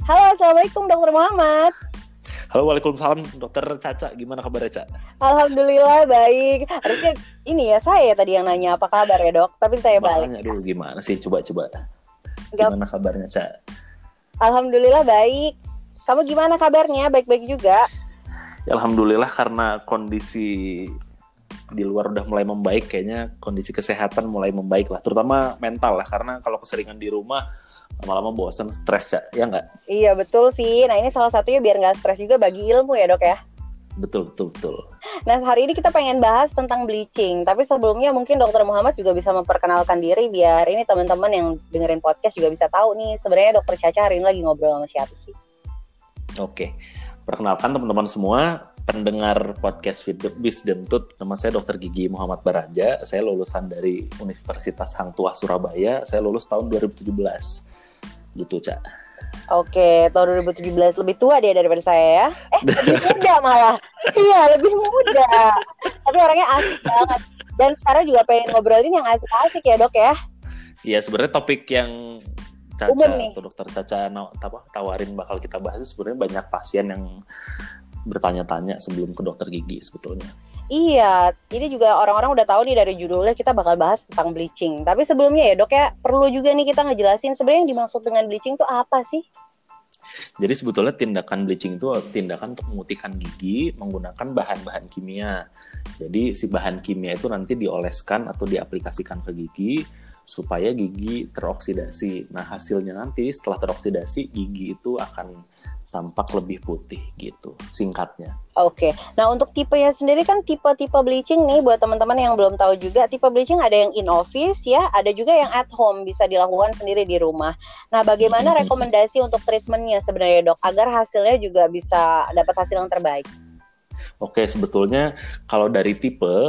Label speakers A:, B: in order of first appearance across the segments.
A: Halo, Assalamualaikum Dokter Muhammad.
B: Halo, waalaikumsalam Dokter Caca. Gimana kabarnya, Caca?
A: Alhamdulillah baik. Harusnya ini ya saya tadi yang nanya apa kabar ya dok, tapi saya balik.
B: Makanya dulu gimana sih? Coba.
A: Gak,
B: Gimana kabarnya, Caca?
A: Alhamdulillah baik. Kamu gimana kabarnya? Baik-baik juga?
B: Ya, alhamdulillah karena kondisi di luar udah mulai membaik, kayaknya kondisi kesehatan mulai membaik lah, terutama mental lah, karena kalau keseringan di rumah lama-lama bosan, stres, Caca. Ya nggak?
A: Iya betul sih. Nah ini salah satunya biar nggak stres juga bagi ilmu ya dok ya.
B: Betul.
A: Nah hari ini kita pengen bahas tentang bleaching. Tapi sebelumnya mungkin Dokter Muhammad juga bisa memperkenalkan diri biar ini teman-teman yang dengerin podcast juga bisa tahu nih sebenarnya Dokter Caca hari ini lagi ngobrol sama siapa sih.
B: Oke. Perkenalkan teman-teman semua, pendengar podcast Feed the Beast Dentut. Nama saya Dr. Gigi Muhammad Baraja. Saya lulusan dari Universitas Hang Tuah Surabaya. Saya lulus tahun 2017. Gitu, Cak.
A: Oke, tahun 2017 lebih tua dia daripada saya ya. Lebih muda malah. Iya, lebih muda. Tapi orangnya asik banget. Dan sekarang juga pengen ngobrolin yang asik-asik ya dok ya.
B: Iya, sebenarnya topik yang Caca atau Dokter Caca tawarin bakal kita bahas itu sebenarnya banyak pasien yang bertanya-tanya sebelum ke dokter gigi sebetulnya.
A: Iya, ini juga orang-orang udah tahu nih dari judulnya kita bakal bahas tentang bleaching. Tapi sebelumnya ya dok ya, perlu juga nih kita ngejelasin sebenarnya yang dimaksud dengan bleaching itu apa sih?
B: Jadi sebetulnya tindakan bleaching itu tindakan untuk memutihkan gigi menggunakan bahan-bahan kimia. Jadi si bahan kimia itu nanti dioleskan atau diaplikasikan ke gigi supaya gigi teroksidasi. Nah hasilnya nanti setelah teroksidasi gigi itu akan tampak lebih putih gitu, singkatnya.
A: Oke, nah untuk tipenya sendiri kan tipe-tipe bleaching nih buat teman-teman yang belum tahu juga, tipe bleaching ada yang in office ya, ada juga yang at home bisa dilakukan sendiri di rumah. Nah, bagaimana rekomendasi untuk treatmentnya sebenarnya dok, agar hasilnya juga bisa dapat hasil yang terbaik?
B: Oke, sebetulnya kalau dari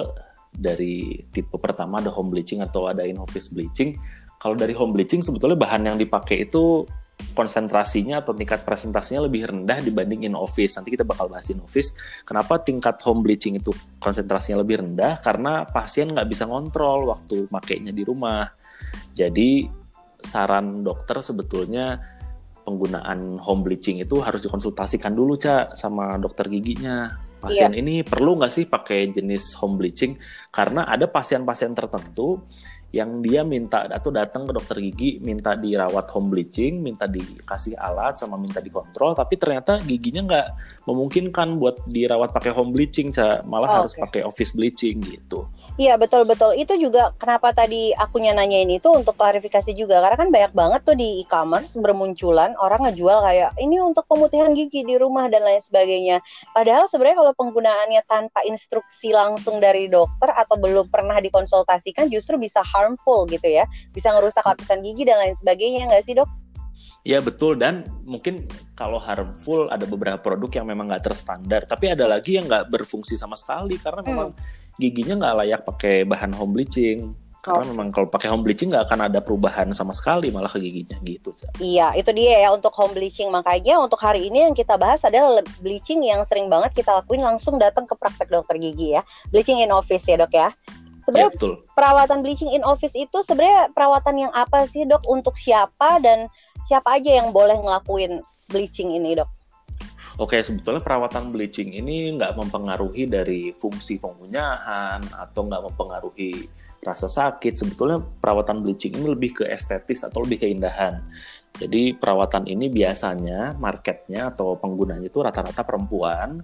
B: tipe pertama ada home bleaching atau ada in office bleaching. Kalau dari home bleaching sebetulnya bahan yang dipakai itu konsentrasinya atau tingkat presentasinya lebih rendah dibanding in office. Nanti kita bakal bahas in office. Kenapa tingkat home bleaching itu konsentrasinya lebih rendah? Karena pasien nggak bisa ngontrol waktu makainya di rumah. Jadi saran dokter sebetulnya penggunaan home bleaching itu harus dikonsultasikan dulu, Ca, sama dokter giginya. Pasien ini perlu nggak sih pakai jenis home bleaching? Karena ada pasien-pasien tertentu yang dia minta atau datang ke dokter gigi minta dirawat home bleaching, minta dikasih alat sama minta dikontrol, tapi ternyata giginya nggak memungkinkan buat dirawat pakai home bleaching, malah harus pakai office bleaching gitu.
A: Iya betul-betul, itu juga kenapa tadi aku nanyain itu untuk klarifikasi juga, karena kan banyak banget tuh di e-commerce bermunculan orang ngejual kayak ini untuk pemutihan gigi di rumah dan lain sebagainya. Padahal sebenarnya kalau penggunaannya tanpa instruksi langsung dari dokter atau belum pernah dikonsultasikan justru bisa harmful gitu ya, bisa ngerusak lapisan gigi dan lain sebagainya, nggak sih dok?
B: Iya betul, dan mungkin kalau harmful ada beberapa produk yang memang nggak terstandar, tapi ada lagi yang nggak berfungsi sama sekali karena memang giginya nggak layak pakai bahan home bleaching. Karena memang kalau pakai home bleaching nggak akan ada perubahan sama sekali malah ke giginya gitu.
A: Iya, itu dia ya untuk home bleaching. Makanya untuk hari ini yang kita bahas adalah bleaching yang sering banget kita lakuin langsung datang ke praktek dokter gigi ya. Bleaching in office ya dok ya. Sebenarnya perawatan bleaching in office itu sebenarnya perawatan yang apa sih dok? Untuk siapa dan siapa aja yang boleh ngelakuin bleaching ini dok?
B: Oke, sebetulnya perawatan bleaching ini nggak mempengaruhi dari fungsi pengunyahan atau nggak mempengaruhi rasa sakit. Sebetulnya perawatan bleaching ini lebih ke estetis atau lebih keindahan. Jadi perawatan ini biasanya marketnya atau penggunanya itu rata-rata perempuan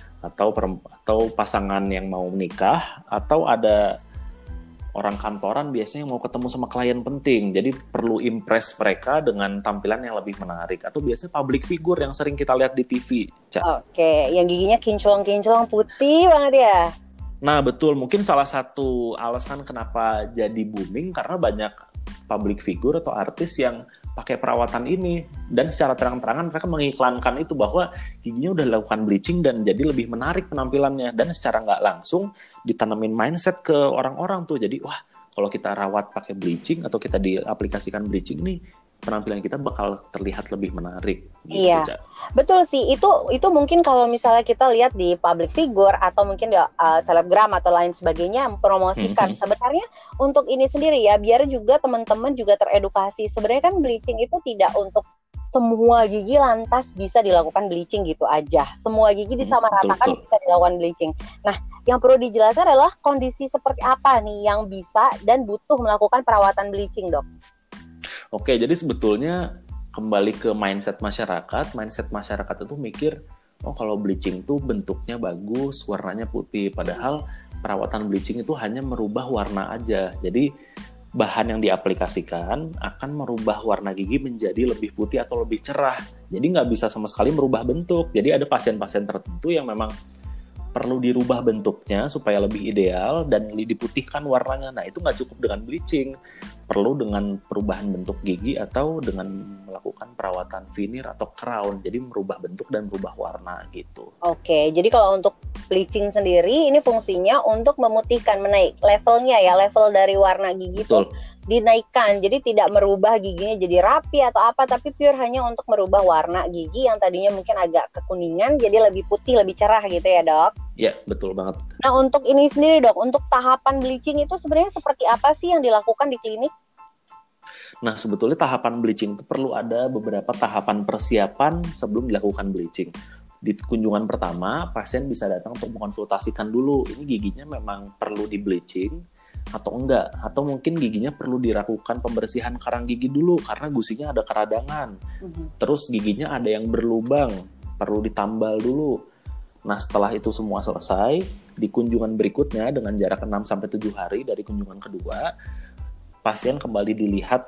B: atau pasangan yang mau menikah, atau ada orang kantoran biasanya mau ketemu sama klien penting, jadi perlu impress mereka dengan tampilan yang lebih menarik, atau biasanya public figure yang sering kita lihat di TV.
A: Oke, yang giginya kinclong-kinclong putih banget ya.
B: Nah betul, mungkin salah satu alasan kenapa jadi booming karena banyak public figure atau artis yang pakai perawatan ini, dan secara terang-terangan mereka mengiklankan itu bahwa giginya udah dilakukan bleaching dan jadi lebih menarik penampilannya, dan secara nggak langsung ditanamin mindset ke orang-orang tuh. Jadi wah, kalau kita rawat pakai bleaching atau kita diaplikasikan bleaching nih, penampilan kita bakal terlihat lebih menarik. Gitu,
A: iya, betul sih. Itu mungkin kalau misalnya kita lihat di public figure atau mungkin di selebgram atau lain sebagainya mempromosikan. Sebenarnya untuk ini sendiri ya, biar juga teman-teman juga teredukasi. Sebenarnya kan bleaching itu tidak untuk semua gigi lantas bisa dilakukan bleaching gitu aja. Semua gigi disamaratakan bisa dilakukan bleaching. Nah, yang perlu dijelaskan adalah kondisi seperti apa nih yang bisa dan butuh melakukan perawatan bleaching, Dok?
B: Oke, jadi sebetulnya kembali ke mindset masyarakat. Mindset masyarakat itu mikir, oh kalau bleaching tuh bentuknya bagus, warnanya putih. Padahal perawatan bleaching itu hanya merubah warna aja. Jadi bahan yang diaplikasikan akan merubah warna gigi menjadi lebih putih atau lebih cerah. Jadi nggak bisa sama sekali merubah bentuk. Jadi ada pasien-pasien tertentu yang memang perlu dirubah bentuknya supaya lebih ideal dan diputihkan warnanya. Nah, itu nggak cukup dengan bleaching. Perlu dengan perubahan bentuk gigi atau dengan melakukan perawatan veneer atau crown. Jadi merubah bentuk dan merubah warna gitu.
A: Oke, jadi kalau untuk bleaching sendiri ini fungsinya untuk memutihkan, menaik levelnya ya, level dari warna gigi itu dinaikkan. Jadi tidak merubah giginya jadi rapi atau apa, tapi pure hanya untuk merubah warna gigi yang tadinya mungkin agak kekuningan jadi lebih putih, lebih cerah gitu ya, Dok?
B: Ya, betul banget.
A: Nah, untuk ini sendiri, Dok, untuk tahapan bleaching itu sebenarnya seperti apa sih yang dilakukan di klinik?
B: Nah, sebetulnya tahapan bleaching itu perlu ada beberapa tahapan persiapan sebelum dilakukan bleaching. Di kunjungan pertama, pasien bisa datang untuk mengkonsultasikan dulu, ini giginya memang perlu di bleaching atau enggak, atau mungkin giginya perlu dilakukan pembersihan karang gigi dulu karena gusinya ada keradangan. Terus giginya ada yang berlubang, perlu ditambal dulu. Nah, setelah itu semua selesai, di kunjungan berikutnya dengan jarak 6-7 hari dari kunjungan kedua, pasien kembali dilihat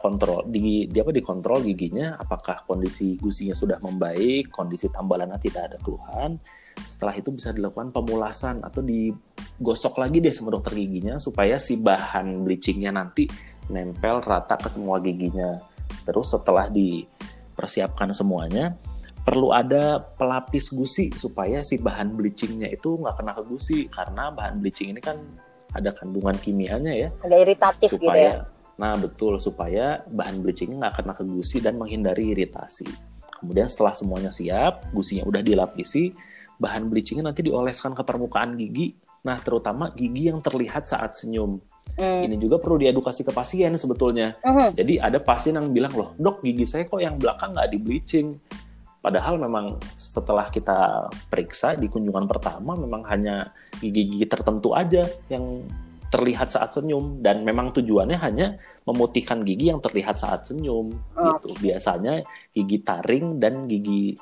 B: dikontrol giginya, apakah kondisi gusinya sudah membaik, kondisi tambalannya tidak ada keluhan. Setelah itu bisa dilakukan pemulasan atau digosok lagi deh sama dokter giginya supaya si bahan bleachingnya nanti nempel rata ke semua giginya. Terus setelah dipersiapkan semuanya, perlu ada pelapis gusi supaya si bahan bleachingnya itu nggak kena ke gusi, karena bahan bleaching ini kan ada kandungan kimianya ya.
A: Ada iritatif gitu ya.
B: Nah, betul, supaya bahan bleachingnya nggak kena ke gusi dan menghindari iritasi. Kemudian setelah semuanya siap, gusinya udah dilapisi, bahan bleachingnya nanti dioleskan ke permukaan gigi. Nah, terutama gigi yang terlihat saat senyum. Ini juga perlu diedukasi ke pasien sebetulnya. Jadi ada pasien yang bilang, loh dok, gigi saya kok yang belakang nggak di bleaching. Padahal memang setelah kita periksa di kunjungan pertama, memang hanya gigi-gigi tertentu aja yang terlihat saat senyum, dan memang tujuannya hanya memutihkan gigi yang terlihat saat senyum gitu. Biasanya gigi taring dan gigi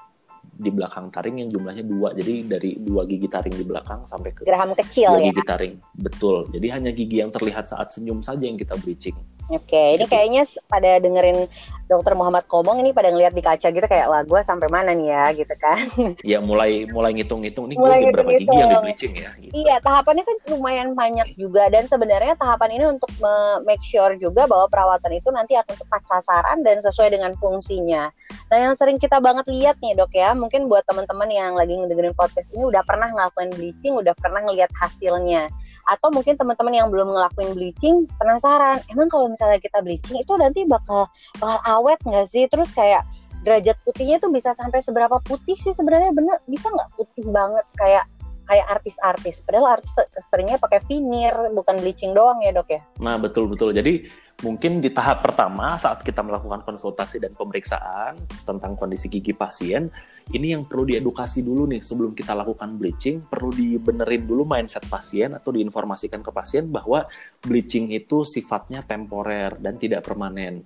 B: di belakang taring yang jumlahnya 2. Jadi dari 2 gigi taring di belakang sampai ke
A: geraham kecil
B: 2 gigi taring. Betul. Jadi hanya gigi yang terlihat saat senyum saja yang kita bleaching.
A: Oke, ini kayaknya pada dengerin Dokter Muhammad ngomong ini pada ngeliat di kaca gitu kayak, wah gue sampai mana nih ya gitu kan.
B: Ya mulai ngitung-ngitung nih gue berapa gigi yang di bleaching ya gitu.
A: Iya, tahapannya kan lumayan banyak juga, dan sebenarnya tahapan ini untuk make sure juga bahwa perawatan itu nanti akan tepat sasaran dan sesuai dengan fungsinya. Nah, yang sering kita banget lihat nih dok ya, mungkin buat teman-teman yang lagi ngedengerin podcast ini udah pernah ngelakuin bleaching, udah pernah ngelihat hasilnya. Atau mungkin teman-teman yang belum ngelakuin bleaching penasaran, emang kalau misalnya kita bleaching itu nanti bakal awet nggak sih? Terus kayak derajat putihnya tuh bisa sampai seberapa putih sih sebenarnya, bener bisa nggak putih banget kayak artis-artis? Padahal artis seringnya pakai veneer, bukan bleaching doang ya dok ya?
B: Nah betul-betul. Jadi mungkin di tahap pertama saat kita melakukan konsultasi dan pemeriksaan tentang kondisi gigi pasien, ini yang perlu diedukasi dulu nih sebelum kita lakukan bleaching. Perlu dibenerin dulu mindset pasien atau diinformasikan ke pasien bahwa bleaching itu sifatnya temporer dan tidak permanen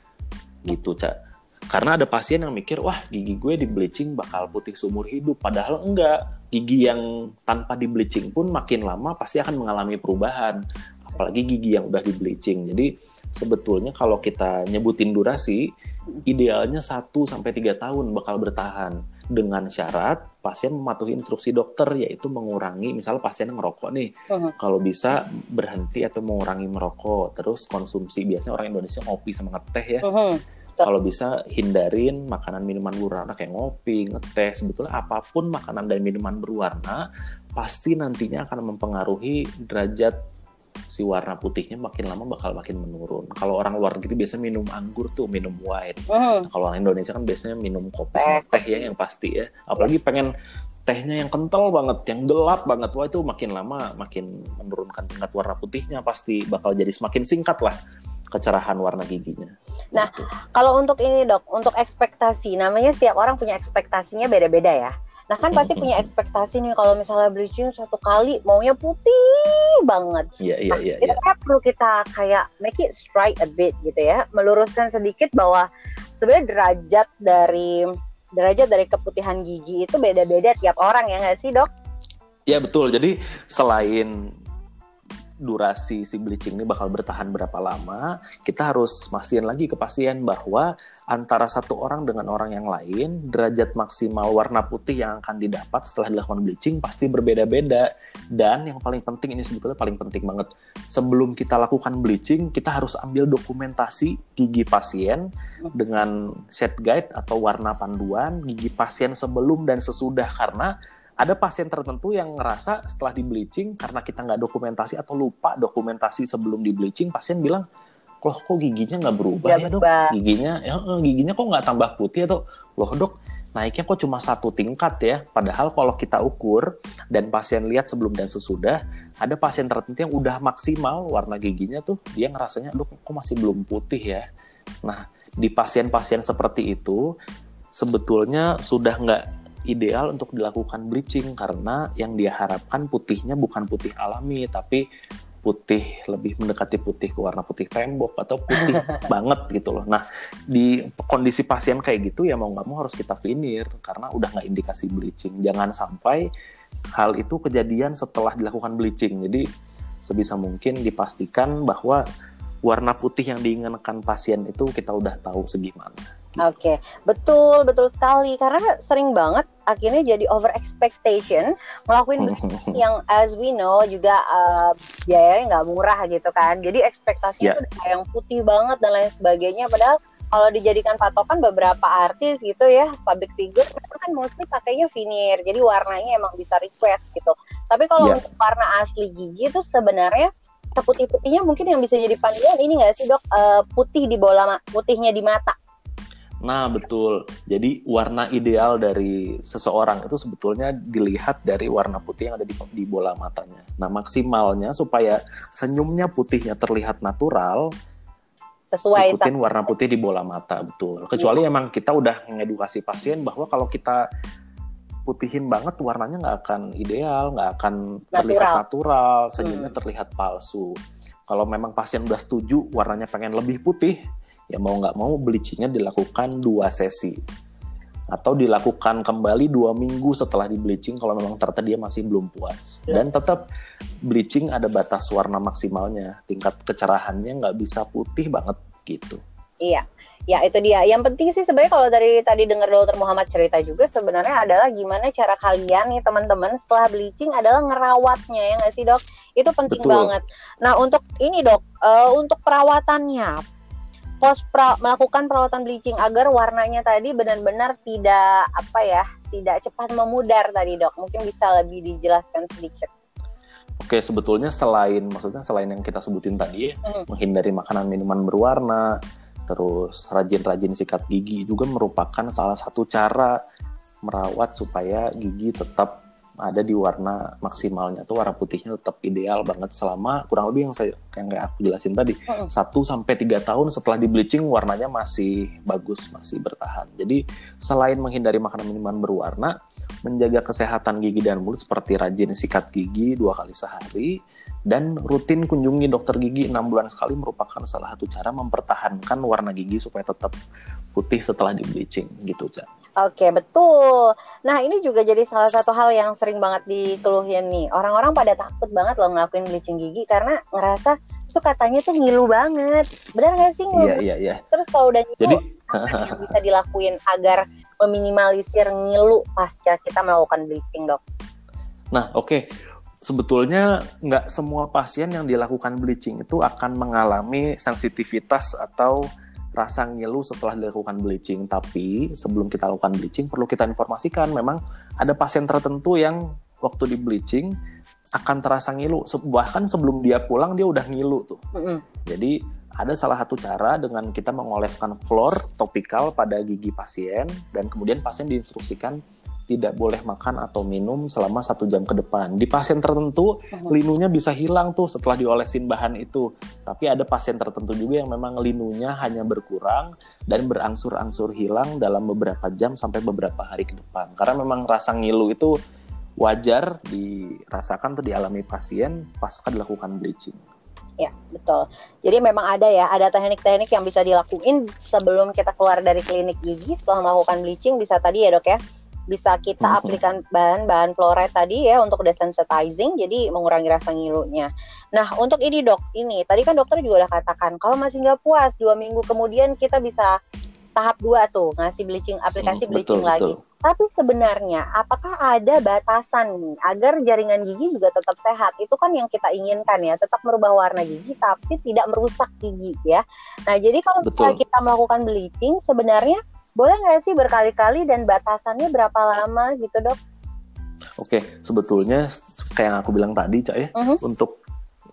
B: gitu, Cak. Karena ada pasien yang mikir, wah gigi gue di bleaching bakal putih seumur hidup. Padahal enggak. Gigi yang tanpa di bleaching pun makin lama pasti akan mengalami perubahan. Apalagi gigi yang udah di bleaching. Jadi sebetulnya kalau kita nyebutin durasi, idealnya 1-3 tahun bakal bertahan. Dengan syarat pasien mematuhi instruksi dokter, yaitu mengurangi, misalnya pasien yang ngerokok nih, kalau bisa berhenti atau mengurangi merokok. Terus konsumsi, biasanya orang Indonesia ngopi sama ngeteh ya. Kalau bisa hindarin makanan minuman berwarna kayak ngopi, ngeteh. Sebetulnya apapun makanan dan minuman berwarna pasti nantinya akan mempengaruhi derajat si warna putihnya, makin lama bakal makin menurun. Kalau orang luar negeri biasa minum anggur tuh, minum wine. Nah, kalau orang Indonesia kan biasanya minum kopi sama teh ya yang pasti ya. Apalagi pengen tehnya yang kental banget, yang gelap banget, wah itu makin lama makin menurunkan tingkat warna putihnya, pasti bakal jadi semakin singkat lah. kecerahan warna giginya.
A: Nah,
B: gitu.
A: kalau untuk ini dok, untuk ekspektasi, namanya setiap orang punya ekspektasinya beda-beda ya. Nah kan pasti punya ekspektasi nih kalau misalnya bleaching satu kali maunya putih banget.
B: Iya.
A: Itu kayak perlu kita kayak make it straight a bit gitu ya, meluruskan sedikit bahwa sebenarnya derajat dari keputihan gigi itu beda-beda tiap orang ya nggak sih dok?
B: Ya betul. Jadi selain durasi si bleaching ini bakal bertahan berapa lama, kita harus mastiin lagi ke pasien bahwa antara satu orang dengan orang yang lain, derajat maksimal warna putih yang akan didapat setelah dilakukan bleaching pasti berbeda-beda. Dan yang paling penting, ini sebetulnya paling penting banget, sebelum kita lakukan bleaching, kita harus ambil dokumentasi gigi pasien dengan shade guide atau warna panduan gigi pasien sebelum dan sesudah, karena ada pasien tertentu yang ngerasa setelah di bleaching karena kita nggak dokumentasi atau lupa dokumentasi sebelum di bleaching, pasien bilang, loh kok giginya nggak berubah ya dok? Giginya kok nggak tambah putih atau loh dok naiknya kok cuma 1 tingkat ya? Padahal kalau kita ukur dan pasien lihat sebelum dan sesudah, ada pasien tertentu yang udah maksimal warna giginya tuh dia ngerasanya, dok kok masih belum putih ya? Nah di pasien-pasien seperti itu sebetulnya sudah nggak ideal untuk dilakukan bleaching, karena yang dia harapkan putihnya bukan putih alami tapi putih lebih mendekati putih ke warna putih tembok atau putih banget gitu loh. Nah di kondisi pasien kayak gitu ya mau nggak mau harus kita veneer karena udah nggak indikasi bleaching. Jangan sampai hal itu kejadian setelah dilakukan bleaching. Jadi sebisa mungkin dipastikan bahwa warna putih yang diinginkan pasien itu kita udah tahu segimana.
A: Oke, betul sekali, karena sering banget akhirnya jadi over expectation ngelakuin bleaching yang as we know juga biayanya nggak murah gitu kan. Jadi ekspektasinya tuh kayak yang putih banget dan lain sebagainya. Padahal kalau dijadikan patokan beberapa artis gitu ya, public figure kan mostly pakainya veneer, jadi warnanya emang bisa request gitu. Tapi kalau untuk warna asli gigi tuh sebenarnya seputih-putihnya mungkin yang bisa jadi panduan ini nggak sih dok, putih di bola putihnya di mata.
B: Nah betul, jadi warna ideal dari seseorang itu sebetulnya dilihat dari warna putih yang ada di bola matanya. Nah maksimalnya supaya senyumnya putihnya terlihat natural, sesuai ikutin warna putih di bola mata, betul. Kecuali emang kita udah mengedukasi pasien bahwa kalau kita putihin banget warnanya nggak akan ideal, nggak akan terlihat natural, senyumnya terlihat palsu. Kalau memang pasien udah setuju warnanya pengen lebih putih, ya mau nggak mau bleachingnya dilakukan 2 sesi atau dilakukan kembali 2 minggu setelah di bleaching kalau memang ternyata dia masih belum puas. Dan tetap bleaching ada batas warna maksimalnya, tingkat kecerahannya nggak bisa putih banget gitu.
A: Iya, ya itu dia. Yang penting sih sebenarnya kalau dari tadi dengar Dr. Muhammad cerita juga sebenarnya adalah gimana cara kalian nih teman-teman setelah bleaching adalah ngerawatnya ya nggak sih dok? Itu penting banget. Nah untuk ini dok, untuk perawatannya, melakukan perawatan bleaching agar warnanya tadi benar-benar tidak cepat memudar tadi dok. Mungkin bisa lebih dijelaskan sedikit.
B: Oke, sebetulnya selain yang kita sebutin tadi ya, menghindari makanan minuman berwarna, terus rajin-rajin sikat gigi juga merupakan salah satu cara merawat supaya gigi tetap ada di warna maksimalnya tuh, warna putihnya tetap ideal banget selama kurang lebih yang kayak aku jelasin tadi 1-3 tahun setelah di bleaching warnanya masih bagus, masih bertahan. Jadi selain menghindari makanan minuman berwarna, menjaga kesehatan gigi dan mulut seperti rajin sikat gigi 2 kali sehari dan rutin kunjungi dokter gigi 6 bulan sekali merupakan salah satu cara mempertahankan warna gigi supaya tetap putih setelah di bleaching gitu, Ca.
A: Oke, betul. Nah, ini juga jadi salah satu hal yang sering banget dikeluhin nih. Orang-orang pada takut banget loh ngelakuin bleaching gigi karena ngerasa itu katanya tuh ngilu banget. Benar nggak sih ngilu?
B: Iya.
A: Terus kalau udah ngilu, apa yang bisa dilakuin agar meminimalisir ngilu pasca kita melakukan bleaching, dok?
B: Nah, oke. Sebetulnya nggak semua pasien yang dilakukan bleaching itu akan mengalami sensitivitas atau rasa ngilu setelah dilakukan bleaching. Tapi sebelum kita lakukan bleaching perlu kita informasikan memang ada pasien tertentu yang waktu di bleaching akan terasa ngilu. Bahkan sebelum dia pulang dia udah ngilu tuh. Jadi ada salah satu cara dengan kita mengoleskan fluor topikal pada gigi pasien dan kemudian pasien diinstruksikan tidak boleh makan atau minum selama 1 jam ke depan. Di pasien tertentu, linunya bisa hilang tuh setelah diolesin bahan itu. Tapi ada pasien tertentu juga yang memang linunya hanya berkurang dan berangsur-angsur hilang dalam beberapa jam sampai beberapa hari ke depan. Karena memang rasa ngilu itu wajar dirasakan atau dialami pasien pasca dilakukan bleaching.
A: Ya, betul. Jadi memang ada teknik-teknik yang bisa dilakuin sebelum kita keluar dari klinik gigi setelah melakukan bleaching. Bisa tadi ya dok ya, bisa kita aplikan bahan fluoride tadi ya untuk desensitizing, jadi mengurangi rasa ngilunya. Nah untuk ini dok, ini tadi kan dokter juga udah katakan kalau masih nggak puas 2 minggu kemudian kita bisa tahap 2 tuh ngasih bleaching, aplikasi bleaching lagi. Tapi sebenarnya apakah ada batasan nih agar jaringan gigi juga tetap sehat? Itu kan yang kita inginkan ya, tetap merubah warna gigi tapi tidak merusak gigi ya. Nah jadi kalau misalnya kita melakukan bleaching sebenarnya boleh nggak sih berkali-kali dan batasannya berapa lama gitu dok?
B: Oke, sebetulnya kayak yang aku bilang tadi Cak ya, untuk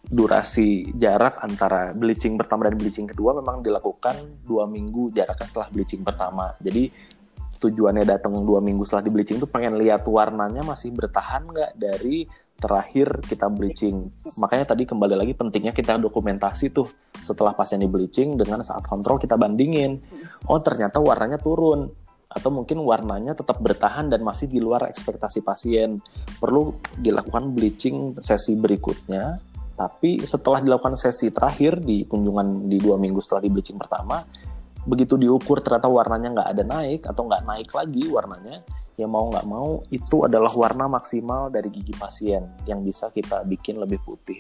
B: durasi jarak antara bleaching pertama dan bleaching kedua memang dilakukan 2 minggu jaraknya setelah bleaching pertama. Jadi tujuannya datang 2 minggu setelah di bleaching itu pengen lihat warnanya masih bertahan nggak dari terakhir kita bleaching. Makanya tadi kembali lagi pentingnya kita dokumentasi tuh setelah pasien di bleaching dengan saat kontrol kita bandingin. Oh ternyata warnanya turun atau mungkin warnanya tetap bertahan dan masih di luar ekspektasi pasien. Perlu dilakukan bleaching sesi berikutnya. Tapi setelah dilakukan sesi terakhir di kunjungan di 2 minggu setelah di bleaching pertama, begitu diukur ternyata warnanya nggak ada naik atau nggak naik lagi warnanya, ya mau nggak mau itu adalah warna maksimal dari gigi pasien yang bisa kita bikin lebih putih.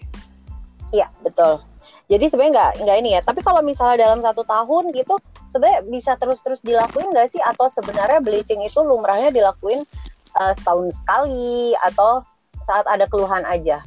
A: Iya betul. Jadi sebenarnya nggak ini ya. Tapi kalau misalnya dalam 1 tahun gitu, sebenarnya bisa terus dilakuin nggak sih? Atau sebenarnya bleaching itu lumrahnya dilakuin setahun sekali atau saat ada keluhan aja?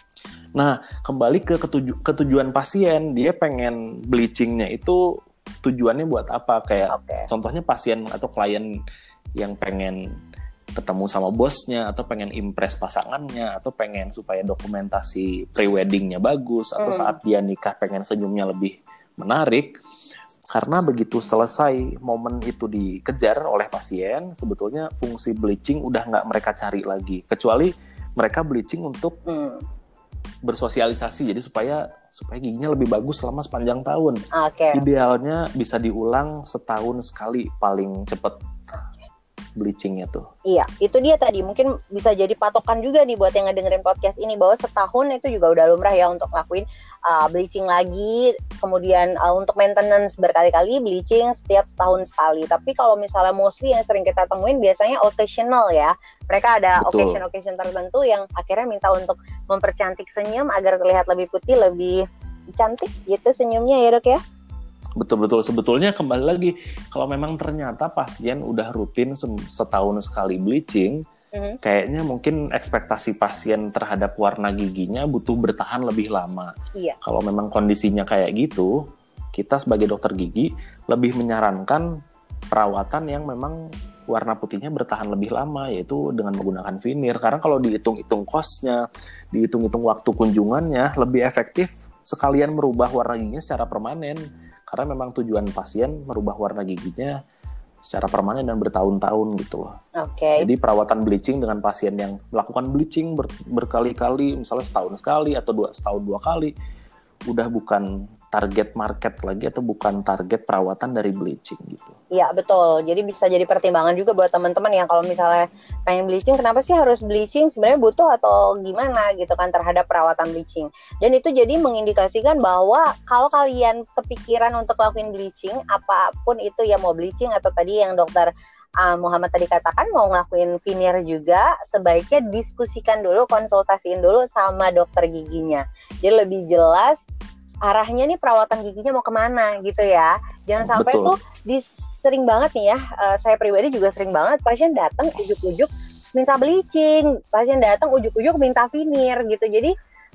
B: Nah kembali ke ketujuan pasien, dia pengen bleachingnya itu tujuannya buat apa? Kayak contohnya pasien atau klien yang pengen ketemu sama bosnya atau pengen impress pasangannya atau pengen supaya dokumentasi pre-weddingnya bagus atau saat dia nikah pengen senyumnya lebih menarik. Karena begitu selesai momen itu dikejar oleh pasien, sebetulnya fungsi bleaching udah nggak mereka cari lagi, kecuali mereka bleaching untuk bersosialisasi, jadi supaya giginya lebih bagus selama sepanjang tahun. Idealnya bisa diulang setahun sekali paling cepet bleachingnya tuh. Iya, itu dia tadi mungkin bisa jadi patokan juga nih buat yang ngedengerin podcast ini bahwa setahun itu juga udah lumrah ya untuk ngelakuin bleaching lagi, kemudian untuk maintenance berkali-kali bleaching setiap setahun sekali. Tapi kalau misalnya mostly yang sering kita temuin biasanya occasional ya. Mereka ada occasion tertentu yang akhirnya minta untuk mempercantik senyum agar terlihat lebih putih, lebih cantik gitu senyumnya ya dok ya. Betul. Sebetulnya kembali lagi, kalau memang ternyata pasien udah rutin setahun sekali bleaching, kayaknya mungkin ekspektasi pasien terhadap warna giginya butuh bertahan lebih lama. Iya. Kalau memang kondisinya kayak gitu, kita sebagai dokter gigi lebih menyarankan perawatan yang memang warna putihnya bertahan lebih lama, yaitu dengan menggunakan veneer. Karena kalau dihitung-hitung cost-nya, dihitung-hitung waktu kunjungannya, lebih efektif sekalian merubah warna giginya secara permanen. Karena memang tujuan pasien merubah warna giginya secara permanen dan bertahun-tahun gitu loh. Jadi perawatan bleaching dengan pasien yang melakukan bleaching berkali-kali, misalnya setahun sekali atau setahun 2 kali, udah bukan target market lagi atau bukan target perawatan dari bleaching gitu. Iya betul, jadi bisa jadi pertimbangan juga buat teman-teman yang kalau misalnya pengen bleaching, kenapa sih harus bleaching, sebenarnya butuh atau gimana gitu kan terhadap perawatan bleaching. Dan itu jadi mengindikasikan bahwa kalau kalian kepikiran untuk lakuin bleaching, apapun itu ya mau bleaching atau tadi yang dokter Muhammad tadi katakan mau ngelakuin veneer juga, sebaiknya diskusikan dulu, konsultasiin dulu sama dokter giginya. Jadi lebih jelas arahnya nih perawatan giginya mau kemana gitu ya. Jangan sampai tuh sering banget nih ya, saya pribadi juga sering banget pasien datang ujuk-ujuk minta bleaching, pasien datang ujuk-ujuk minta veneer gitu. Jadi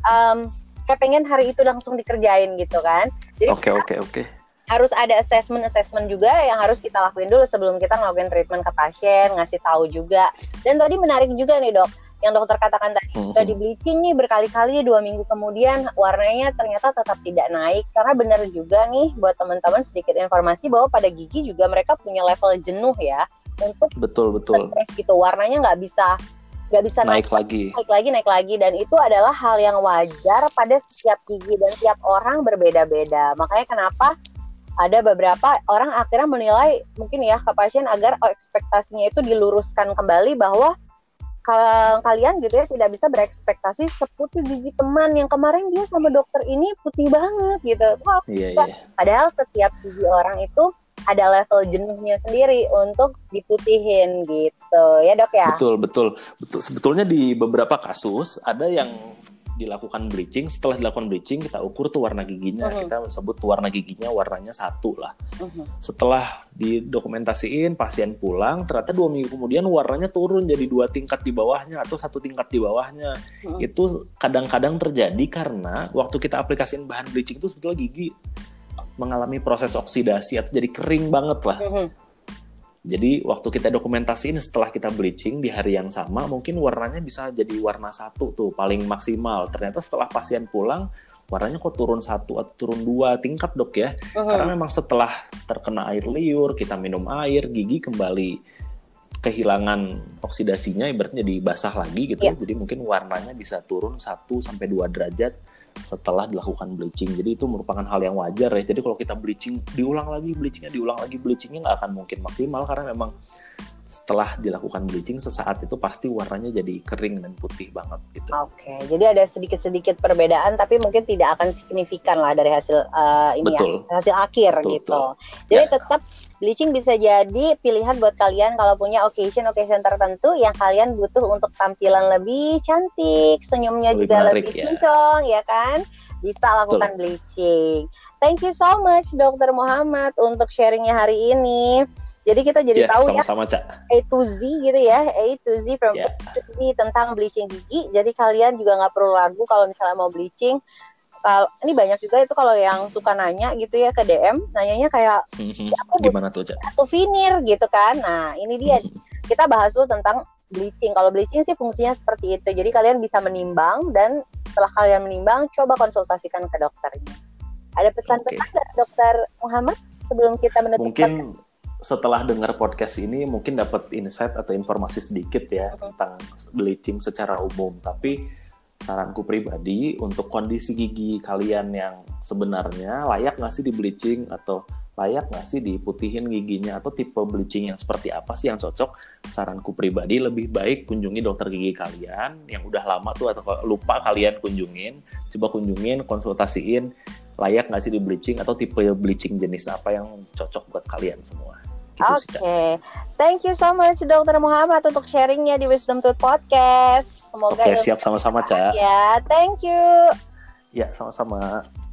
B: kayak pengen hari itu langsung dikerjain gitu kan. Jadi Oke. Harus ada assessment juga yang harus kita lakuin dulu sebelum kita ngelakuin treatment ke pasien, ngasih tahu juga. Dan tadi menarik juga nih dok, yang dokter katakan tadi, udah di bleaching nih berkali-kali 2 minggu kemudian warnanya ternyata tetap tidak naik. Karena benar juga nih buat teman-teman sedikit informasi bahwa pada gigi juga mereka punya level jenuh ya.
A: untuk
B: Betul.
A: gitu. Warnanya nggak bisa
B: Naik lagi.
A: Dan itu adalah hal yang wajar pada setiap gigi dan setiap orang berbeda-beda. Makanya kenapa ada beberapa orang akhirnya menilai mungkin ya ke pasien agar ekspektasinya itu diluruskan kembali bahwa kalian gitu ya tidak bisa berekspektasi seputih gigi teman yang kemarin dia sama dokter ini putih banget gitu. Padahal setiap gigi orang itu ada level jenuhnya sendiri untuk diputihin gitu ya dok ya.
B: Betul. Sebetulnya di beberapa kasus ada yang dilakukan bleaching, setelah dilakukan bleaching kita ukur tuh warna giginya, kita sebut warna giginya warnanya 1 lah. Setelah didokumentasiin, pasien pulang, ternyata 2 minggu kemudian warnanya turun jadi 2 tingkat di bawahnya atau 1 tingkat di bawahnya. Itu kadang-kadang terjadi karena waktu kita aplikasiin bahan bleaching itu sebetulnya gigi mengalami proses oksidasi atau jadi kering banget lah. Jadi waktu kita dokumentasiin setelah kita bleaching di hari yang sama, mungkin warnanya bisa jadi warna 1 tuh paling maksimal. Ternyata setelah pasien pulang, warnanya kok turun 1 atau turun 2 tingkat dok ya. Karena memang setelah terkena air liur, kita minum air, gigi kembali kehilangan oksidasinya, ibaratnya jadi basah lagi gitu. Jadi mungkin warnanya bisa turun 1-2 derajat setelah dilakukan bleaching. Jadi itu merupakan hal yang wajar ya. Jadi kalau kita bleaching, diulang lagi bleachingnya nggak akan mungkin maksimal karena memang setelah dilakukan bleaching sesaat itu pasti warnanya jadi kering dan putih banget gitu.
A: Oke, jadi ada sedikit perbedaan tapi mungkin tidak akan signifikan lah dari hasil hasil akhir gitu. Jadi tetap bleaching bisa jadi pilihan buat kalian kalau punya occasion tertentu yang kalian butuh untuk tampilan lebih cantik, senyumnya lebih juga menarik, lebih kinclong ya kan? Bisa lakukan bleaching. Thank you so much Dr. Muhammad untuk sharingnya hari ini. Jadi kita jadi tahu
B: sama-sama, Cak.
A: A to Z gitu ya, A to Z from A to Z tentang bleaching gigi. Jadi kalian juga nggak perlu ragu kalau misalnya mau bleaching. Kalau ini banyak juga itu kalau yang suka nanya gitu ya ke DM, nanyanya kayak
B: gimana tuh, Cak?
A: Atau veneer gitu kan. Nah ini dia kita bahas dulu tentang bleaching. Kalau bleaching sih fungsinya seperti itu. Jadi kalian bisa menimbang dan setelah kalian menimbang, coba konsultasikan ke dokternya. Ada pesan-pesan dari Dokter Muhammad sebelum kita menutup?
B: Mungkin setelah dengar podcast ini mungkin dapat insight atau informasi sedikit ya tentang bleaching secara umum. Tapi saranku pribadi untuk kondisi gigi kalian yang sebenarnya layak nggak sih di bleaching atau layak nggak sih diputihin giginya atau tipe bleaching yang seperti apa sih yang cocok, saranku pribadi lebih baik kunjungi dokter gigi kalian yang udah lama tuh atau lupa kalian coba kunjungin, konsultasiin layak nggak sih di bleaching atau tipe bleaching jenis apa yang cocok buat kalian semua.
A: Oke. Thank you so much Dr. Muhammad untuk sharingnya di Wisdom Tooth Podcast. Semoga
B: siap sama-sama, Ca.
A: Ya, thank you.
B: Ya, sama-sama.